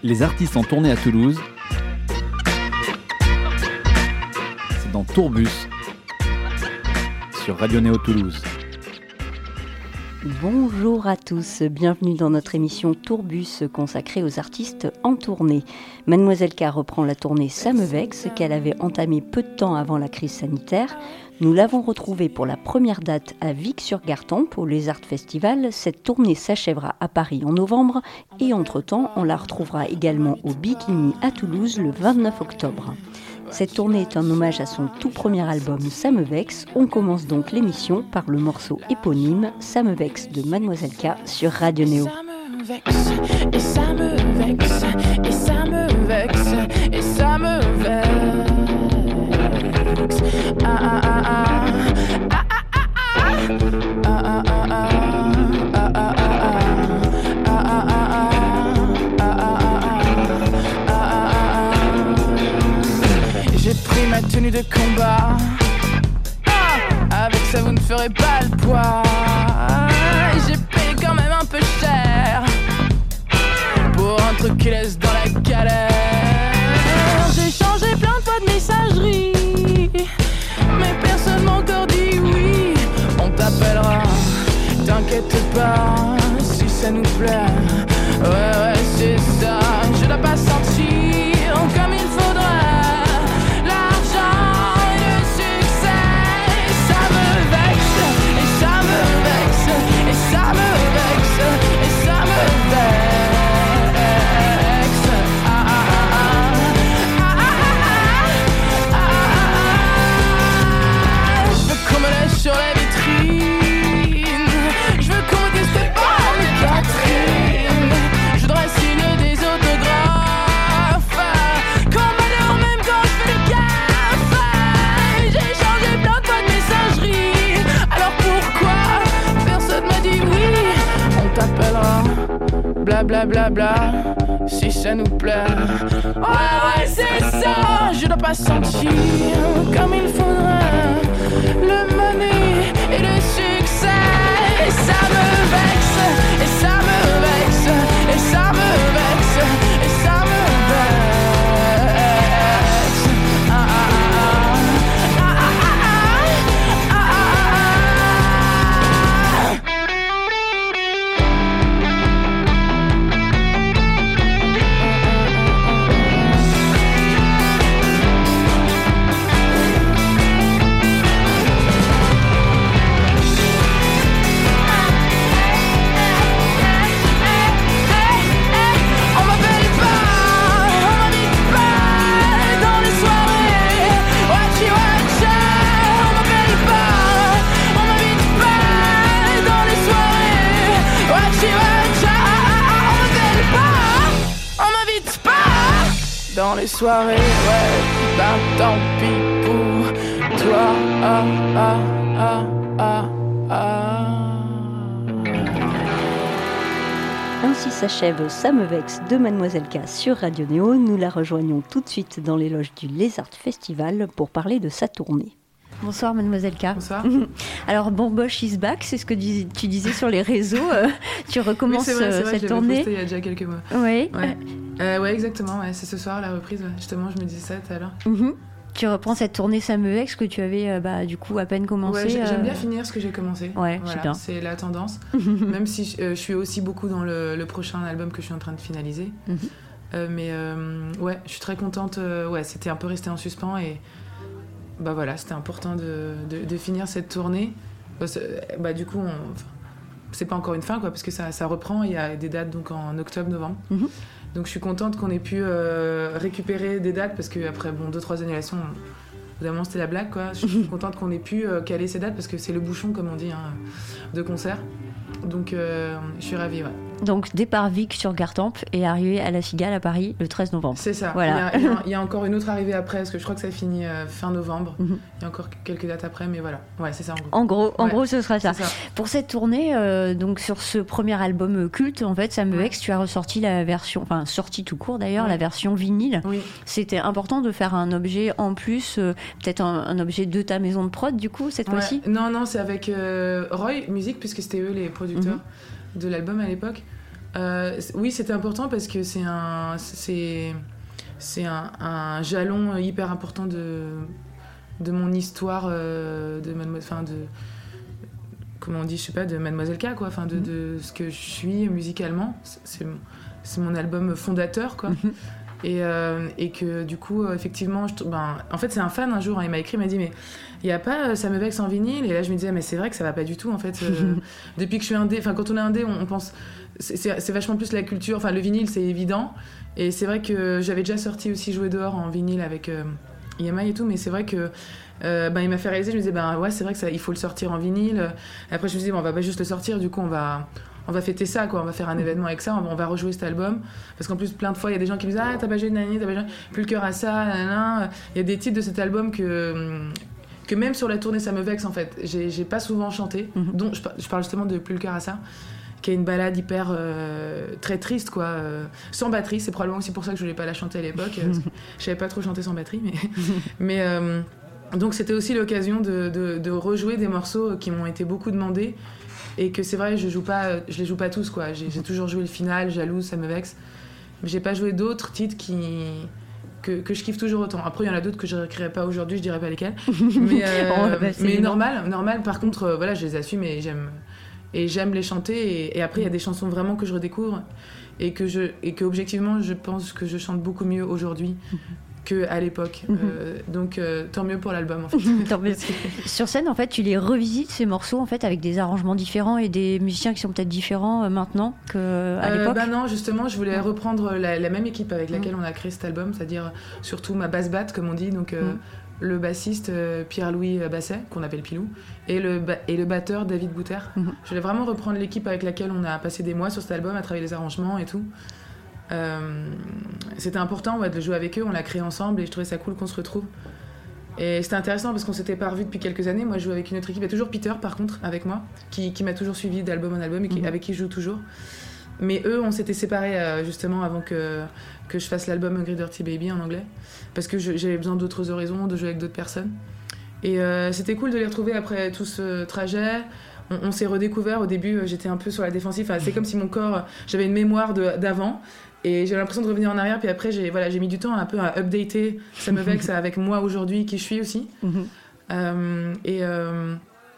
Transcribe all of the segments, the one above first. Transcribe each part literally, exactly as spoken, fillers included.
Les artistes en tournée à Toulouse, c'est dans Tourbus, sur Radio Néo Toulouse. Bonjour à tous, bienvenue dans notre émission Tourbus consacrée aux artistes en tournée. Mademoiselle K reprend la tournée Ça me vexe qu'elle avait entamée peu de temps avant la crise sanitaire. Nous l'avons retrouvée pour la première date à Vic-sur-Gartempe au Les Arts Festival. Cette tournée s'achèvera à Paris en novembre et entre-temps, on la retrouvera également au Bikini à Toulouse le vingt-neuf octobre. Cette tournée est un hommage à son tout premier album Ça me vexe. On commence donc l'émission par le morceau éponyme Ça me vexe de Mademoiselle K sur Radio Néo. Ça me vexe, et ça me vexe, et ça me vexe, et ça me vexe. Ah ah ah ah, ah ah ah ah, ah ah ah ah, ah ah ah ah. J'ai pris ma tenue de combat. Ah, avec ça vous ne ferez pas le poids. J'ai payé quand même un peu cher pour un truc qui laisse dans la galère. J'ai changé plein de fois de messagerie, mais personne m'a encore dit oui. On t'appellera, t'inquiète pas, si ça nous plaît. Ouais ouais c'est ça, je dois pas sentir comme il faudrait l'argent et le succès. Ça me vexe, et ça me vexe, et ça me vexe, et ça me vexe. Ah ah ah ah, ah ah ah ah, ah. Je veux qu'on me laisse sur la vitrine, je veux qu'on me dise t'es bonne Catherine. Je voudrais signer des autographes, qu'on m'adore même quand je fais le gaffe. J'ai changé plein de fois de messagerie, alors pourquoi personne m'a dit oui? On t'appellera, bla bla bla bla, si ça nous plaît. Ouais ouais c'est ça, je dois pas sentir comme il faudrait le money et le succès. Et ça me vexe, et ça me vexe, et ça me vexe, et ça me vexe. Ah ah ah ah, ah ah ah ah, ah on m'appelle pas, on m'invite pas dans les soirées. Watchi watcha, on m'appelle pas, on m'invite pas dans les soirées. Watchi watcha, on m'appelle pas, on m'invite pas dans les soirées. Ouais, ben tant pis pour toi. Ah ah ah ah ah. Ainsi s'achève Ça me vexe de Mademoiselle K sur Radio Néo. Nous la rejoignons tout de suite dans les loges du Les Arts Festival pour parler de sa tournée. Bonsoir Mademoiselle K. Bonsoir. Alors bon, Bosch is back, c'est ce que dis- tu disais sur les réseaux. euh, tu recommences oui, c'est vrai, c'est euh, vrai, cette je l'avais tournée. posté il y a déjà quelques mois. Oui. Ouais, euh, ouais exactement, ouais, c'est ce soir la reprise. Ouais. Justement, je me disais ça tout à l'heure. Mhm. Tu reprends cette tournée Ça me vexe que tu avais euh, bah, du coup à peine commencé. Ouais, j'ai- j'aime euh, bien finir ce que j'ai commencé. Ouais, Voilà, c'est bien. c'est la tendance. Même si euh, je suis aussi beaucoup dans le, le prochain album que je suis en train de finaliser. Mhm. Euh, mais euh, ouais, je suis très contente. euh, ouais, c'était un peu resté en suspens et bah voilà, c'était important de, de, de finir cette tournée. Bah, c'est- bah, du coup, on, enfin, c'est pas encore une fin quoi, parce que ça, ça reprend. Il y a des dates donc en octobre-novembre. Mhm. Donc je suis contente qu'on ait pu euh, récupérer des dates parce qu'après bon, deux trois annulations, évidemment c'était la blague quoi. Je suis contente qu'on ait pu euh, caler ces dates parce que c'est le bouchon comme on dit hein, de concert. Donc euh, je suis ravie, ouais. Donc départ Vic sur Gartempe et arrivé à La Cigale à Paris le treize novembre. C'est ça. Voilà. Il y a, il y a- il y a encore une autre arrivée après parce que je crois que ça finit euh, fin novembre. Mhm. Il y a encore quelques dates après, mais voilà. Ouais, c'est ça en gros. En gros, en Ouais, gros, ce sera ça. c'est ça. Pour cette tournée, euh, donc sur ce premier album euh, culte, en fait, Ça me Ouais. vexe, tu as ressorti la version, enfin sorti tout court d'ailleurs, Ouais. la version vinyle. Oui. C'était important de faire un objet en plus, euh, peut-être un, un objet de ta maison de prod du coup cette Ouais. fois-ci. Non, non, c'est avec euh, Roy Music puisque c'était eux les producteurs de l'album à l'époque. Euh, oui, c'était important parce que c'est un, c'est, c'est un, un jalon hyper important de, de mon histoire, euh, de mademoiselle, enfin de, comment on dit, je sais pas, de Mademoiselle K, quoi, enfin de, mmh. de ce que je suis musicalement. C'est, c'est mon album fondateur, quoi. Mmh. Et, euh, et que du coup, euh, effectivement, je, ben, en fait, c'est un fan un jour, hein, il m'a écrit, il m'a dit, mais il n'y a pas euh, Ça me vexe en vinyle. Et là, je me disais, mais c'est vrai que ça va pas du tout, en fait. Euh, depuis que je suis indé, enfin, quand on est indé, on, on pense. C'est, c'est, c'est vachement plus la culture, enfin, le vinyle, c'est évident. Et c'est vrai que j'avais déjà sorti aussi Jouer dehors en vinyle avec euh, I M I et tout, mais c'est vrai que. Euh, ben, il m'a fait réaliser, je me disais, ben ouais, c'est vrai qu'il faut le sortir en vinyle. Et après, je me disais, bon, on va pas juste le sortir, du coup, on va. On va fêter ça, quoi. On va faire un événement avec ça, on va, on va rejouer cet album. Parce qu'en plus, plein de fois, il y a des gens qui me disent ah, t'as pas joué de Nani, t'as pas joué, plus le cœur à ça, nanana. Il y a des titres de cet album que, que même sur la tournée, ça me vexe, en fait. J'ai, j'ai pas souvent chanté, mm-hmm. dont je, je parle justement de Plus le cœur à ça, qui est une ballade hyper euh, très triste, quoi. Euh, sans batterie, c'est probablement aussi pour ça que je voulais pas la chanter à l'époque. Euh, je savais pas trop chanter sans batterie, mais. mais euh, donc, c'était aussi l'occasion de, de, de rejouer des morceaux qui m'ont été beaucoup demandés. Et que c'est vrai, je joue pas, je les joue pas tous, quoi. J'ai, j'ai toujours joué le final, Jalouse, Ça me vexe. Mais j'ai pas joué d'autres titres qui, que, que je kiffe toujours autant. Après, il y en a d'autres que je réécrirai pas aujourd'hui, je dirais pas lesquels. Mais, euh, oh, bah, mais normal, normal. Par contre, euh, voilà, je les assume et j'aime, et j'aime les chanter. Et, et après, il y a des chansons vraiment que je redécouvre et que je, et que objectivement, je pense que je chante beaucoup mieux aujourd'hui. qu'à l'époque. Mm-hmm. Euh, donc, euh, tant mieux pour l'album, en fait. Tant mieux. Sur scène, en fait, tu les revisites, ces morceaux, en fait, avec des arrangements différents et des musiciens qui sont peut-être différents euh, maintenant qu'à euh, l'époque. Bah non, justement, je voulais reprendre la, la même équipe avec laquelle mm. on a créé cet album, c'est-à-dire surtout ma basse batte, comme on dit, donc euh, mm. le bassiste euh, Pierre-Louis Basset, qu'on appelle Pilou, et le, ba- et le batteur David Bouter. Mm-hmm. Je voulais vraiment reprendre l'équipe avec laquelle on a passé des mois sur cet album, à travailler les arrangements et tout. Euh, c'était important ouais, de jouer avec eux, on l'a créé ensemble et je trouvais ça cool qu'on se retrouve. Et c'était intéressant parce qu'on s'était pas revus depuis quelques années. Moi je joue avec une autre équipe, il y a toujours Peter par contre avec moi, qui, qui m'a toujours suivi d'album en album et qui, mmh. avec qui je joue toujours. Mais eux, on s'était séparés euh, justement avant que, que je fasse l'album Hungry Dirty Baby en anglais, parce que je, j'avais besoin d'autres horizons, de jouer avec d'autres personnes. Et euh, c'était cool de les retrouver après tout ce trajet. On, on s'est redécouvert. Au début, j'étais un peu sur la défensive. Enfin, c'est comme si mon corps, j'avais une mémoire de, d'avant. Et j'ai l'impression de revenir en arrière, puis après j'ai, voilà, j'ai mis du temps un peu à updater Ça me vexe avec moi aujourd'hui, qui je suis aussi. Mm-hmm. Euh, et, euh,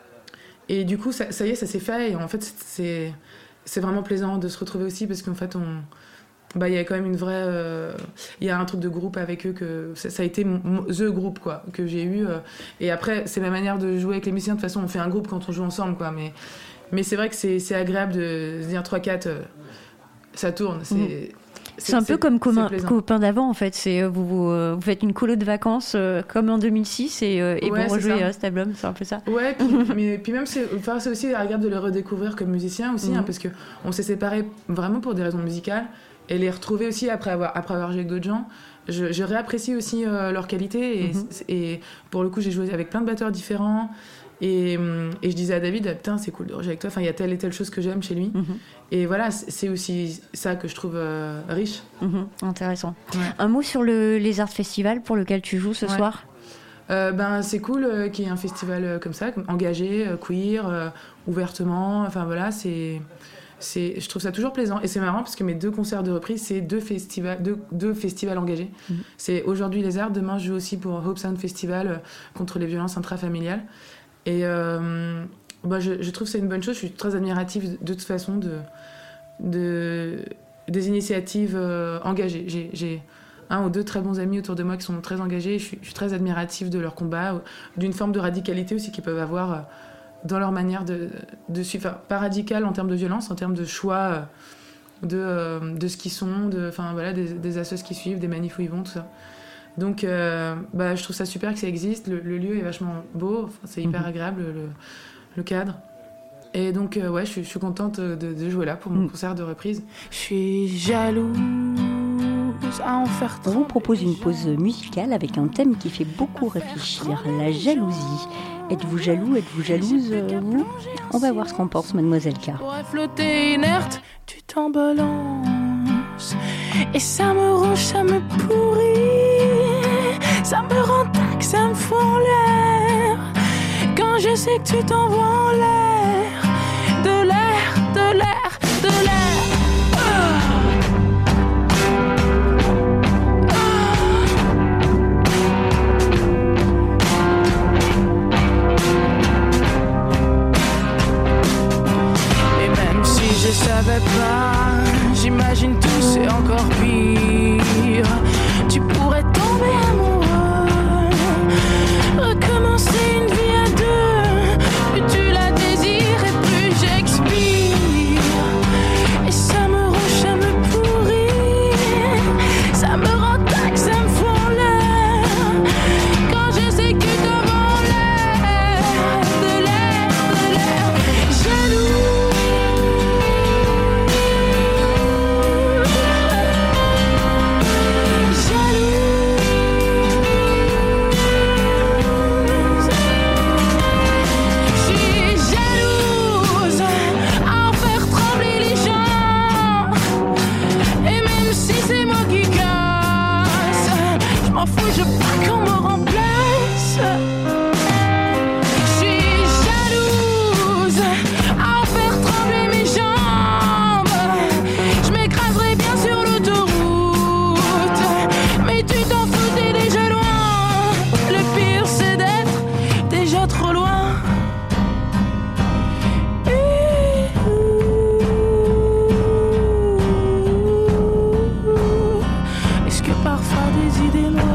et du coup, ça, ça y est, ça s'est fait. Et en fait, c'est, c'est vraiment plaisant de se retrouver aussi, parce qu'en fait, on, bah, y a quand même une vraie... Il euh, y a un truc de groupe avec eux, que ça, ça a été mon, the groupe, quoi, que j'ai eu. Euh, et après, c'est ma manière de jouer avec les musiciens. De toute façon, on fait un groupe quand on joue ensemble, quoi. Mais, mais c'est vrai que c'est, c'est agréable de se dire trois quatre, euh, ça tourne. C'est... Mm. C'est, c'est un peu c'est, comme commun, copain d'avant en fait. C'est, vous, vous, vous faites une colo de vacances euh, comme en deux mille six et, euh, et ouais, vous rejouez euh, cet album, c'est un peu ça. Ouais, puis, mais puis même c'est, enfin, c'est aussi agréable de les redécouvrir comme musiciens aussi, mm-hmm. hein, parce qu'on s'est séparés vraiment pour des raisons musicales et les retrouver aussi après avoir, après avoir joué avec d'autres gens. Je, je réapprécie aussi euh, leur qualité et, mm-hmm. et pour le coup j'ai joué avec plein de batteurs différents. Et, et je disais à David, ah, putain, c'est cool de rejouer avec toi. Enfin, il y a telle et telle chose que j'aime chez lui. Mm-hmm. Et voilà, c'est aussi ça que je trouve euh, riche. Mm-hmm. Intéressant. Ouais. Un mot sur le Les Arts Festival pour lequel tu joues ce ouais. soir. Euh, ben, c'est cool euh, qu'il y ait un festival euh, comme ça, engagé, euh, queer, euh, ouvertement. Enfin voilà, c'est, c'est, je trouve ça toujours plaisant. Et c'est marrant parce que mes deux concerts de reprise, c'est deux festivals, deux, deux festivals engagés. Mm-hmm. C'est aujourd'hui Les Arts, demain je joue aussi pour Hope Sound Festival euh, contre les violences intrafamiliales. Et euh, bah je, je trouve que c'est une bonne chose. Je suis très admirative de, de toute façon de, de, des initiatives euh, engagées. J'ai, j'ai un ou deux très bons amis autour de moi qui sont très engagés. Je suis, je suis très admirative de leur combat, d'une forme de radicalité aussi qu'ils peuvent avoir dans leur manière de, de suivre. Enfin, pas radicale en termes de violence, en termes de choix de, euh, de ce qu'ils sont, de, enfin, voilà, des, des assos qui suivent, des manifs où ils vont, tout ça. Donc, euh, bah, je trouve ça super que ça existe. Le, le lieu est vachement beau. Enfin, c'est hyper mmh. agréable, le, le cadre. Et donc, euh, ouais, je suis, je suis contente de, de jouer là pour mon mmh. concert de reprise. Je suis jalouse à en faire trop. On vous propose une pause musicale avec un thème qui fait beaucoup réfléchir, la jalousie. Êtes-vous jaloux, êtes-vous jalouse, euh, vous ? On va voir ce qu'en pense Mademoiselle K. Pourrais flotter inerte, tu t'embalances. Et ça me ronge, ça me pourrit. Ça me rend tac, ça me fout en l'air. Quand je sais que tu t'envoies en l'air. De l'air, de l'air, de l'air. savais pas, j'imagine tout c'est encore pire. Tu pourrais tomber amoureux, recommencer une vie à deux. Plus tu la désires et plus j'expire. Et ça me rend, ça me pourrit, ça me rend tac, ça me fond l'air. Quand je sais que devant l'air, de l'air, de l'air, jaloux. Je veux pas qu'on me remplace. Je suis jalouse à en faire trembler mes jambes. Je m'écraserai bien sur l'autoroute, mais tu t'en fous, t'es déjà loin. Le pire c'est d'être déjà trop loin. Est-ce que parfois des idées noires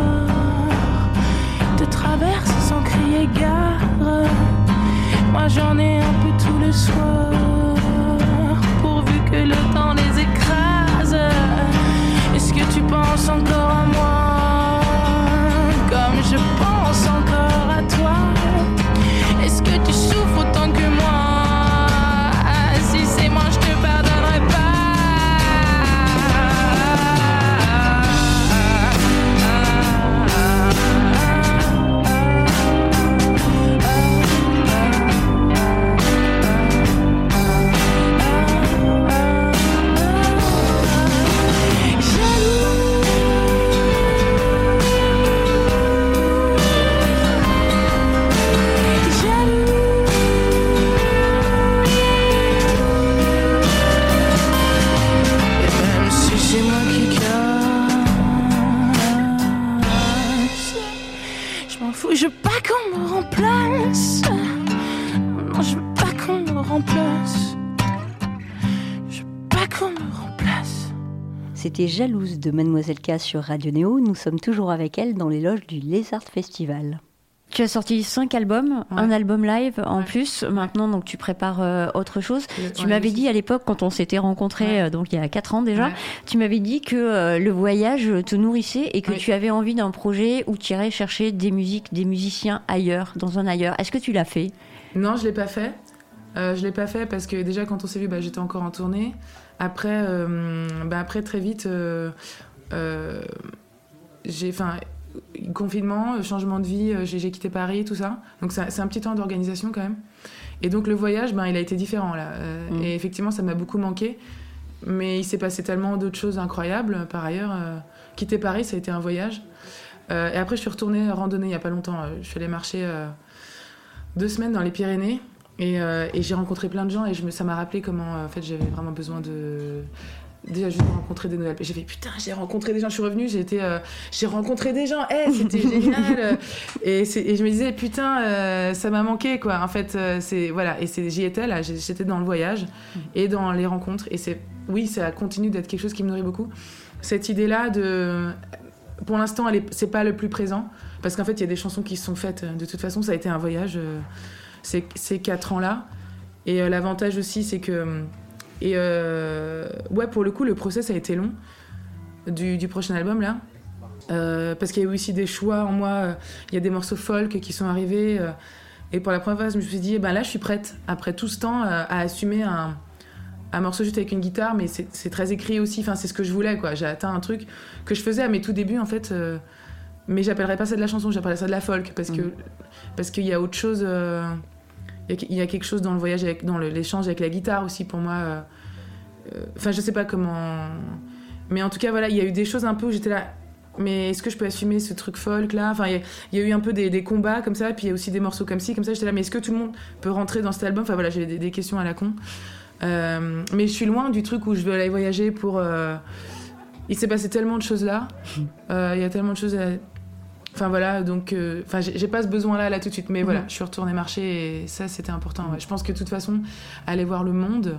traverse sans crier gare? Moi j'en ai un peu tous les soirs, pourvu que le temps les écrase. Est-ce que tu penses encore à moi, comme je pense encore à toi? Est-ce que tu souffres autant que moi? Si c'est moi je te pardonnerai pas. Je veux pas qu'on me remplace. Non, je veux pas qu'on me remplace. Je veux pas qu'on me remplace. C'était Jalouse de Mademoiselle K sur Radio Néo. Nous sommes toujours avec elle dans les loges du Lézard Festival. Tu as sorti cinq albums, ouais. Un album live en ouais. plus. Maintenant, donc tu prépares euh, autre chose. Le, tu ouais, m'avais dit à l'époque, quand on s'était rencontrés, ouais. euh, donc il y a quatre ans déjà, ouais. tu m'avais dit que euh, le voyage te nourrissait et que ouais. tu avais envie d'un projet où tu irais chercher des musiques, des musiciens ailleurs, dans un ailleurs. Est-ce que tu l'as fait ? Non, je l'ai pas fait. Euh, je l'ai pas fait parce que déjà quand on s'est vu, bah, j'étais encore en tournée. Après, euh, bah, après très vite, euh, euh, j'ai, enfin. Confinement, changement de vie, j'ai, j'ai quitté Paris, tout ça. Donc c'est, c'est un petit temps d'organisation quand même. Et donc le voyage, ben, il a été différent là. Euh, mmh. Et effectivement, ça m'a beaucoup manqué. Mais il s'est passé tellement d'autres choses incroyables. Par ailleurs, euh, quitter Paris, ça a été un voyage. Euh, et après, je suis retournée randonner il n'y a pas longtemps. Je suis allée marcher euh, deux semaines dans les Pyrénées. Et, euh, et j'ai rencontré plein de gens. Et je me, ça m'a rappelé comment en fait, j'avais vraiment besoin de... Déjà, juste de rencontrer des nouvelles. J'ai fait putain, j'ai rencontré des gens. Je suis revenue, j'ai été, euh, j'ai rencontré des gens. Eh, hey, c'était génial. Et, c'est, et je me disais putain, euh, ça m'a manqué quoi. En fait, euh, c'est voilà. Et c'est, j'y étais là. J'étais dans le voyage et dans les rencontres. Et c'est, oui, ça continue d'être quelque chose qui me nourrit beaucoup. Cette idée-là de, pour l'instant, elle est, c'est pas le plus présent parce qu'en fait, il y a des chansons qui se sont faites. De toute façon, ça a été un voyage. Euh, ces, ces quatre ans-là. Et euh, l'avantage aussi, c'est que Et euh, ouais, pour le coup, le process a été long du, du prochain album là, euh, parce qu'il y a eu aussi des choix en moi. Il y a des morceaux folk qui sont arrivés, euh, et pour la première fois, je me suis dit, ben là, je suis prête après tout ce temps euh, à assumer un, un morceau juste avec une guitare, mais c'est, c'est très écrit aussi. Enfin, c'est ce que je voulais quoi. J'ai atteint un truc que je faisais à mes tout débuts en fait, euh, mais j'appellerais pas ça de la chanson, j'appellerais ça de la folk parce que mmh. parce qu'il y a autre chose. Euh, Il y a quelque chose dans le voyage, avec, dans le, l'échange avec la guitare aussi pour moi. Euh, euh, enfin, je sais pas comment. Mais en tout cas, voilà, il y a eu des choses un peu où j'étais là. Mais est-ce que je peux assumer ce truc folk là ? Enfin, il y, y a eu un peu des, des combats comme ça, puis il y a aussi des morceaux comme ci, comme ça. J'étais là, mais est-ce que tout le monde peut rentrer dans cet album ? Enfin voilà, j'avais des, des questions à la con. Euh, mais je suis loin du truc où je veux aller voyager pour. Euh... Il s'est passé tellement de choses là. Euh, il y a tellement de choses à. Enfin voilà, donc euh, enfin, j'ai, j'ai pas ce besoin-là là tout de suite, mais mmh. voilà, je suis retournée marcher et ça c'était important. Ouais. Je pense que de toute façon, aller voir le monde,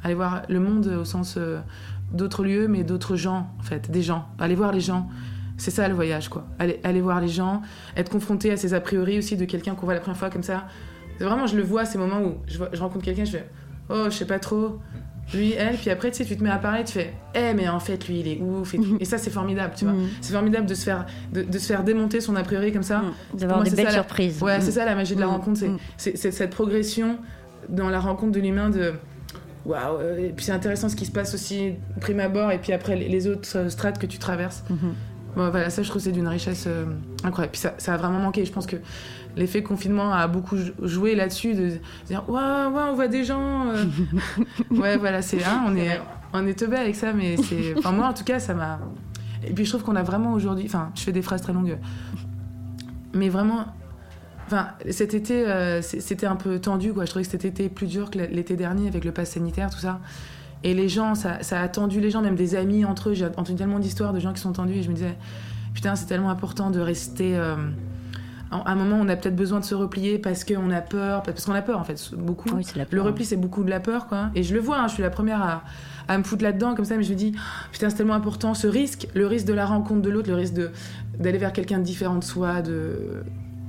aller voir le monde au sens euh, d'autres lieux, mais d'autres gens, en fait, des gens. Aller voir les gens, c'est ça le voyage, quoi. Aller, aller voir les gens, être confronté à ces a priori aussi de quelqu'un qu'on voit la première fois comme ça. C'est vraiment, je le vois, ces moments où je, vois, je rencontre quelqu'un, je fais « Oh, je sais pas trop, lui, elle », puis après, tu sais, tu te mets à parler, tu fais « Eh, mais en fait, lui, il est ouf », et, et ça, c'est formidable, tu vois. Mm. C'est formidable de se, faire, de, de se faire démonter son a priori comme ça. Mm. D'avoir moi, des belles ça, surprises. La... Ouais, mm. c'est ça la magie de la mm. rencontre, c'est, mm. c'est, c'est cette progression dans la rencontre de l'humain de... Waouh, et puis c'est intéressant ce qui se passe aussi prime abord et puis après les autres strates que tu traverses. Mm-hmm. Bon, voilà, ça je trouve c'est d'une richesse euh, incroyable. Puis ça, ça a vraiment manqué. Je pense que l'effet confinement a beaucoup joué là-dessus, de dire waouh, ouais, on voit des gens. Euh... ouais, voilà, c'est hein, on est on est teubé avec ça, mais c'est. Enfin moi en tout cas ça m'a. Et puis je trouve qu'on a vraiment aujourd'hui. Enfin, je fais des phrases très longues, mais vraiment. Enfin, cet été, euh, c'était un peu tendu, quoi. Je trouvais que cet été plus dur que l'été dernier avec le pass sanitaire, tout ça. Et les gens, ça, ça a tendu les gens, même des amis entre eux. J'ai entendu tellement d'histoires de gens qui sont tendus et je me disais, putain, c'est tellement important de rester. Euh, à un moment, on a peut-être besoin de se replier parce qu'on a peur, parce qu'on a peur en fait, beaucoup. Oui, c'est la peur. Le repli, c'est beaucoup de la peur, quoi. Et je le vois, hein, je suis la première à, à me foutre là-dedans comme ça, mais je me dis, putain, c'est tellement important, ce risque, le risque de la rencontre de l'autre, le risque de, d'aller vers quelqu'un de différent de soi, de.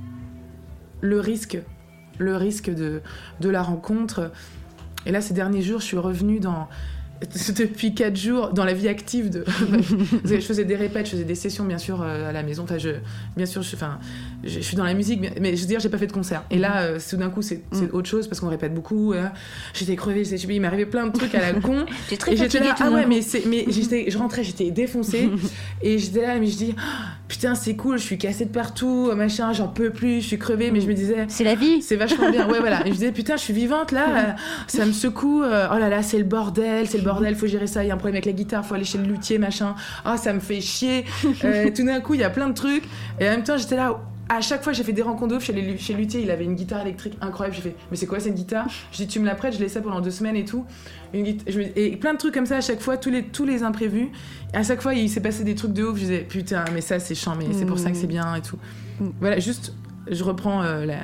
Le risque, le risque de, de la rencontre. Et là, ces derniers jours, je suis revenue dans, depuis quatre jours dans la vie active. De... je faisais des répètes, je faisais des sessions, bien sûr, à la maison. Enfin, je, bien sûr, je, enfin, je, je suis dans la musique, mais je veux dire, j'ai pas fait de concert. Et là, euh, tout d'un coup, c'est, c'est autre chose parce qu'on répète beaucoup. Hein. J'étais crevée, j'étais, il m'arrivait plein de trucs à la con. J'étais très et j'étais là, ah ouais, coup. mais, c'est, mais j'étais, je rentrais, j'étais défoncée. Et j'étais là, mais je dis, oh, putain, c'est cool, je suis cassée de partout, machin, j'en peux plus, je suis crevée, mais je me disais, c'est la vie, c'est vachement bien. Ouais, voilà. Et je disais, putain, je suis vivante là, euh, ça me secoue. Euh, oh là là, c'est le bordel, c'est le bordel, faut gérer ça. Il y a un problème avec la guitare, faut aller chez le luthier, machin. Ah, oh, ça me fait chier. Euh, tout d'un coup, il y a plein de trucs. Et en même temps, j'étais là. À chaque fois, j'ai fait des rencontres ouf chez, les, chez le luthier. Il avait une guitare électrique incroyable. J'ai fait, mais c'est quoi, c'est une guitare? Je dis, tu me la prêtes? Je l'ai ça pendant deux semaines et tout. Une guita- je me... Et plein de trucs comme ça à chaque fois, tous les, tous les imprévus. Et à chaque fois, il s'est passé des trucs de ouf. Je disais, putain, mais ça, c'est chiant, mais mmh. c'est pour ça que c'est bien et tout. Mmh. Voilà, juste, je reprends euh, la.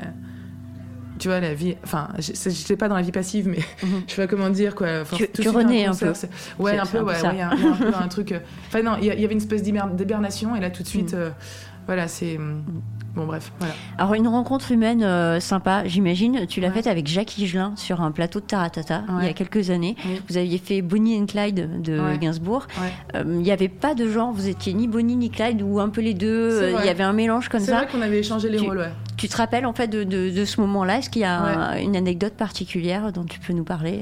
Tu vois, la vie. Enfin, j'étais pas dans la vie passive, mais mmh. je sais pas comment dire, quoi. Enfin, tu tu renais un, un peu. C'est... Ouais, c'est, un peu, ouais. Il ouais, y, y a un peu un truc. Enfin, non, il y, y avait une espèce d'hibernation, et là, tout de suite, mmh. euh, voilà, c'est. Mmh. Bon, bref, voilà. Alors, une rencontre humaine euh, sympa, j'imagine. Tu l'as ouais. faite avec Jacques Higelin sur un plateau de Taratata ouais. il y a quelques années. Oui. Vous aviez fait Bonnie and Clyde de ouais. Gainsbourg. Il ouais. n'y euh, avait pas de genre, vous étiez ni Bonnie ni Clyde ou un peu les deux. Il y avait un mélange comme c'est ça. C'est vrai qu'on avait échangé les tu, rôles, ouais. Tu te rappelles en fait de, de, de ce moment-là? Est-ce qu'il y a ouais. un, une anecdote particulière dont tu peux nous parler?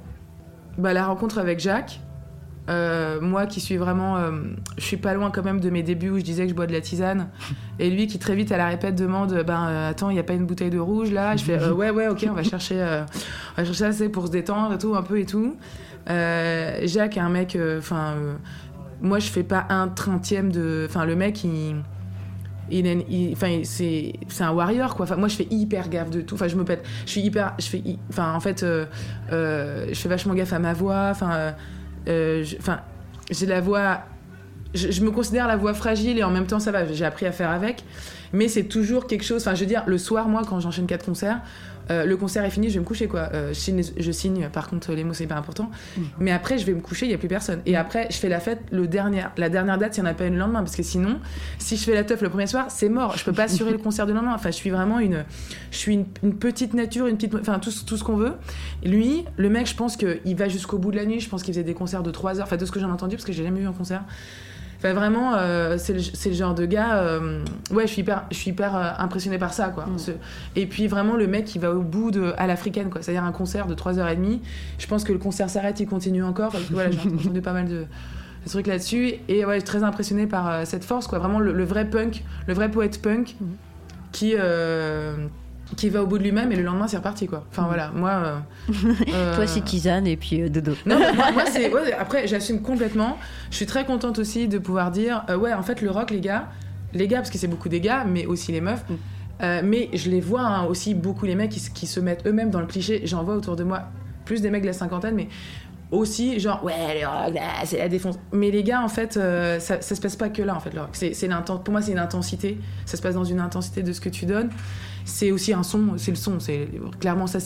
Bah, la rencontre avec Jacques. Euh, moi qui suis vraiment euh, je suis pas loin quand même de mes débuts où je disais que je bois de la tisane et lui qui très vite à la répète demande ben euh, attends il y a pas une bouteille de rouge là, je fais euh, ouais ouais ok on va chercher euh, on va chercher assez pour se détendre et tout un peu et tout. euh, Jacques est un mec enfin euh, euh, moi je fais pas un trentième de enfin le mec il il est il, enfin c'est c'est un warrior quoi. Enfin moi je fais hyper gaffe de tout, enfin je me pète, je suis hyper je fais enfin en fait euh, euh, je fais vachement gaffe à ma voix, enfin euh, enfin euh, j'ai la voix je, je me considère la voix fragile et en même temps ça va, j'ai appris à faire avec, mais c'est toujours quelque chose, enfin je veux dire le soir moi quand j'enchaîne quatre concerts euh, le concert est fini, je vais me coucher quoi. Euh, je, signe, je signe, par contre les mots c'est hyper important, mmh. mais après je vais me coucher, il n'y a plus personne. Et après je fais la fête le dernier, la dernière date s'il n'y en a pas une le lendemain, parce que sinon si je fais la teuf le premier soir c'est mort, je peux pas assurer le concert du lendemain. Enfin je suis vraiment une, je suis une, une petite nature, une petite, enfin tout, tout ce qu'on veut. Lui, le mec je pense qu'il va jusqu'au bout de la nuit, je pense qu'il faisait des concerts de trois heures, enfin de ce que j'en ai entendu parce que j'ai jamais vu un concert. Enfin, vraiment, euh, c'est, le, c'est le genre de gars... Euh, ouais, je suis hyper, je suis hyper euh, impressionnée par ça, quoi. Mm. Ce, et puis, vraiment, le mec, il va au bout de... à l'africaine, quoi. C'est-à-dire un concert de trois heures trente. Je pense que le concert s'arrête, il continue encore. Parce que, voilà, j'ai entendu pas mal de, de trucs là-dessus. Et ouais, je suis très impressionnée par euh, cette force, quoi. Vraiment, le, le vrai punk, le vrai poète punk mm. qui... Euh, qui va au bout de lui-même et le lendemain c'est reparti quoi. Enfin mmh. voilà, moi euh, euh... toi c'est tisane et puis euh, dodo. Non mais moi, moi c'est ouais, après j'assume complètement. Je suis très contente aussi de pouvoir dire euh, ouais en fait le rock les gars, les gars parce que c'est beaucoup des gars mais aussi les meufs. Mmh. Euh, mais je les vois hein, aussi beaucoup les mecs qui, qui se mettent eux-mêmes dans le cliché. J'en vois autour de moi plus des mecs de la cinquantaine mais aussi genre ouais le rock là, c'est la défonce. Mais les gars en fait euh, ça, ça se passe pas que là en fait le rock. C'est, c'est pour moi c'est une intensité. Ça se passe dans une intensité de ce que tu donnes. C'est aussi un son, c'est le son, c'est clairement ça c'est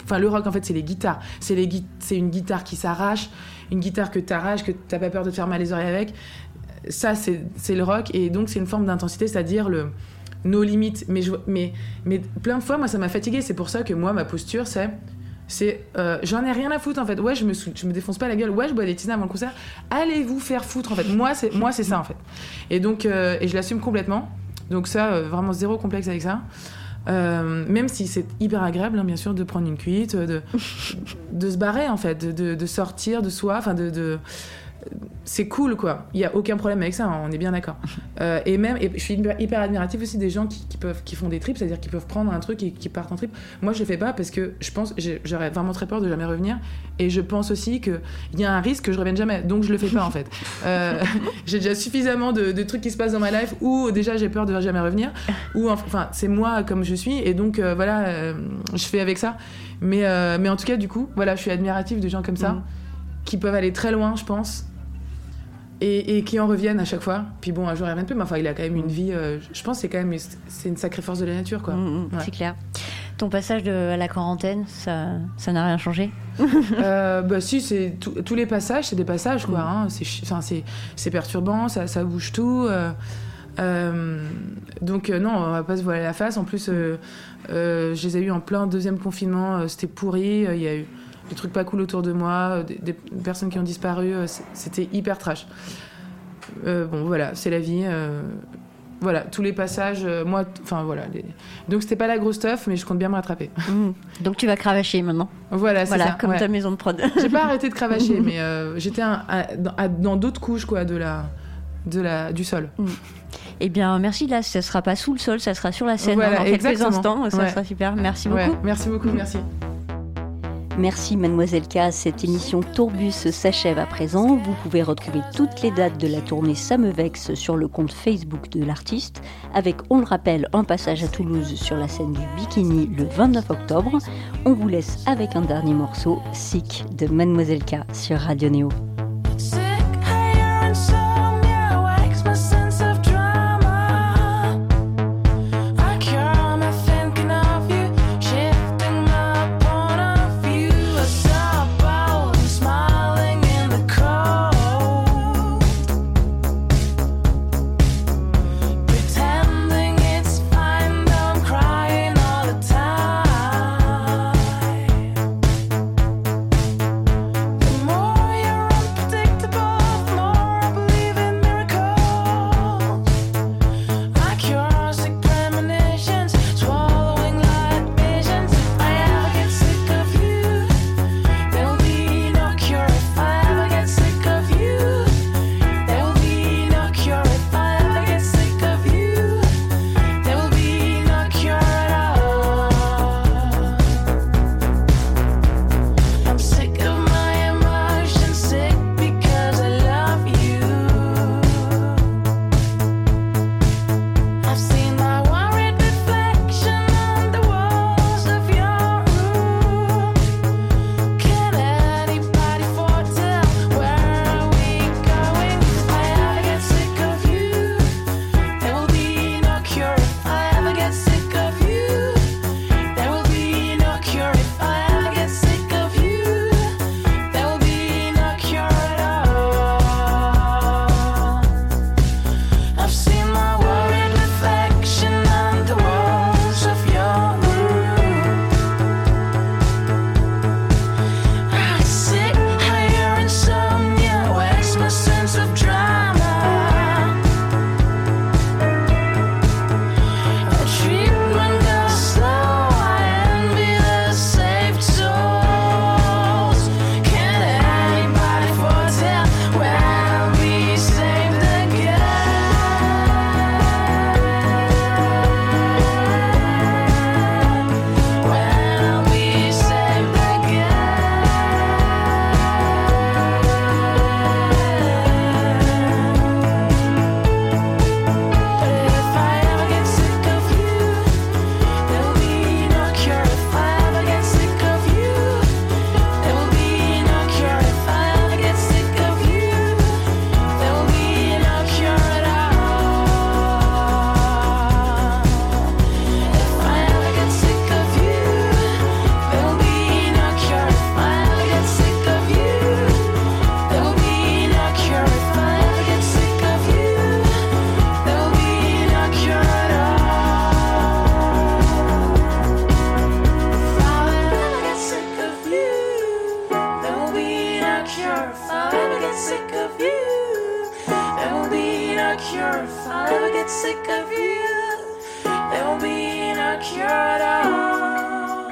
Enfin, le rock, en fait, c'est les guitares. C'est, les gui- c'est une guitare qui s'arrache, une guitare que t'arraches, que t'as pas peur de te faire mal les oreilles avec. Ça, c'est, c'est le rock. Et donc, c'est une forme d'intensité, c'est-à-dire le, nos limites. Mais, je, mais, mais plein de fois, moi, ça m'a fatiguée. C'est pour ça que moi, ma posture, c'est... C'est, euh, j'en ai rien à foutre en fait. Ouais, je me, sou- je me défonce pas la gueule. Ouais, je bois des tisanes avant le concert. Allez vous faire foutre en fait. Moi, c'est, moi, c'est ça en fait. Et donc, euh, et je l'assume complètement. Donc ça, euh, vraiment zéro complexe avec ça. Euh, même si c'est hyper agréable, hein, bien sûr, de prendre une cuite, de, de se barrer en fait, de, de, de sortir de soi, enfin de, de c'est cool quoi. Il y a aucun problème avec ça, hein, on est bien d'accord. Euh, et même, et je suis hyper, hyper admirative aussi des gens qui, qui peuvent, qui font des trips, c'est-à-dire qui peuvent prendre un truc et qui partent en trip. Moi, je le fais pas parce que je pense, j'ai, j'aurais vraiment très peur de jamais revenir. Et je pense aussi que il y a un risque que je revienne jamais, donc je le fais pas en fait. Euh, j'ai déjà suffisamment de, de trucs qui se passent dans ma life où déjà j'ai peur de jamais revenir, ou enfin c'est moi comme je suis et donc euh, voilà, euh, je fais avec ça. Mais euh, mais en tout cas du coup, voilà, je suis admirative de gens comme ça. Mmh. Qui peuvent aller très loin, je pense, et, et qui en reviennent à chaque fois. Puis bon, un jour, il reviennent plus, mais enfin, il a quand même une vie... Euh, je pense que c'est quand même c'est une sacrée force de la nature, quoi. Mmh, ouais. C'est clair. Ton passage de, à la quarantaine, ça, ça n'a rien changé euh, Bah si, c'est tout, tous les passages, c'est des passages, quoi. Mmh. Hein, c'est, enfin, c'est, c'est perturbant, ça, ça bouge tout. Euh, euh, donc euh, non, on va pas se voiler la face. En plus, euh, euh, je les ai eus en plein deuxième confinement. Euh, c'était pourri. Il euh, y a eu des trucs pas cool autour de moi, des, des personnes qui ont disparu, euh, c'était hyper trash. Euh, bon, voilà, c'est la vie. Euh, voilà, tous les passages, euh, moi, enfin voilà. Les... Donc c'était pas la grosse stuff, mais je compte bien me rattraper. Mmh. Donc tu vas cravacher maintenant. Voilà, c'est voilà, ça. Comme ouais. ta maison de prod. J'ai pas arrêté de cravacher, mais euh, j'étais un, à, dans, à, dans d'autres couches, quoi, de la, de la, du sol. Mmh. Eh bien, merci. Là, ça sera pas sous le sol, ça sera sur la scène voilà, hein, dans exactement. quelques instants. Ça ouais. sera super. Merci beaucoup. Ouais, merci beaucoup, merci. Merci Mademoiselle K. Cette émission Tourbus s'achève à présent. Vous pouvez retrouver toutes les dates de la tournée Ça me vexe sur le compte Facebook de l'artiste, avec, on le rappelle, un passage à Toulouse sur la scène du Bikini le vingt-neuf octobre. On vous laisse avec un dernier morceau, Sick de Mademoiselle K sur Radio Néo. More you're on cure if I ever get sick of you. There won't be no cure if I ever get sick of you. There won't be no cure at all.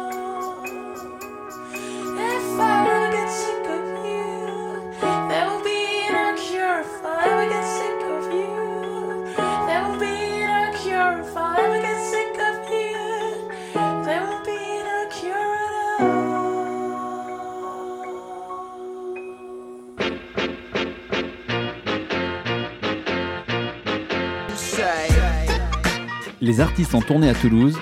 If I ever get sick of you, there will be no cure if I ever get sick of you. There will be no cure if I ever get sick of you. There will be no cure at all. Les artistes en tournée à Toulouse,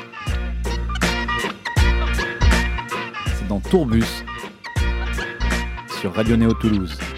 c'est dans Tourbus sur Radio Néo Toulouse.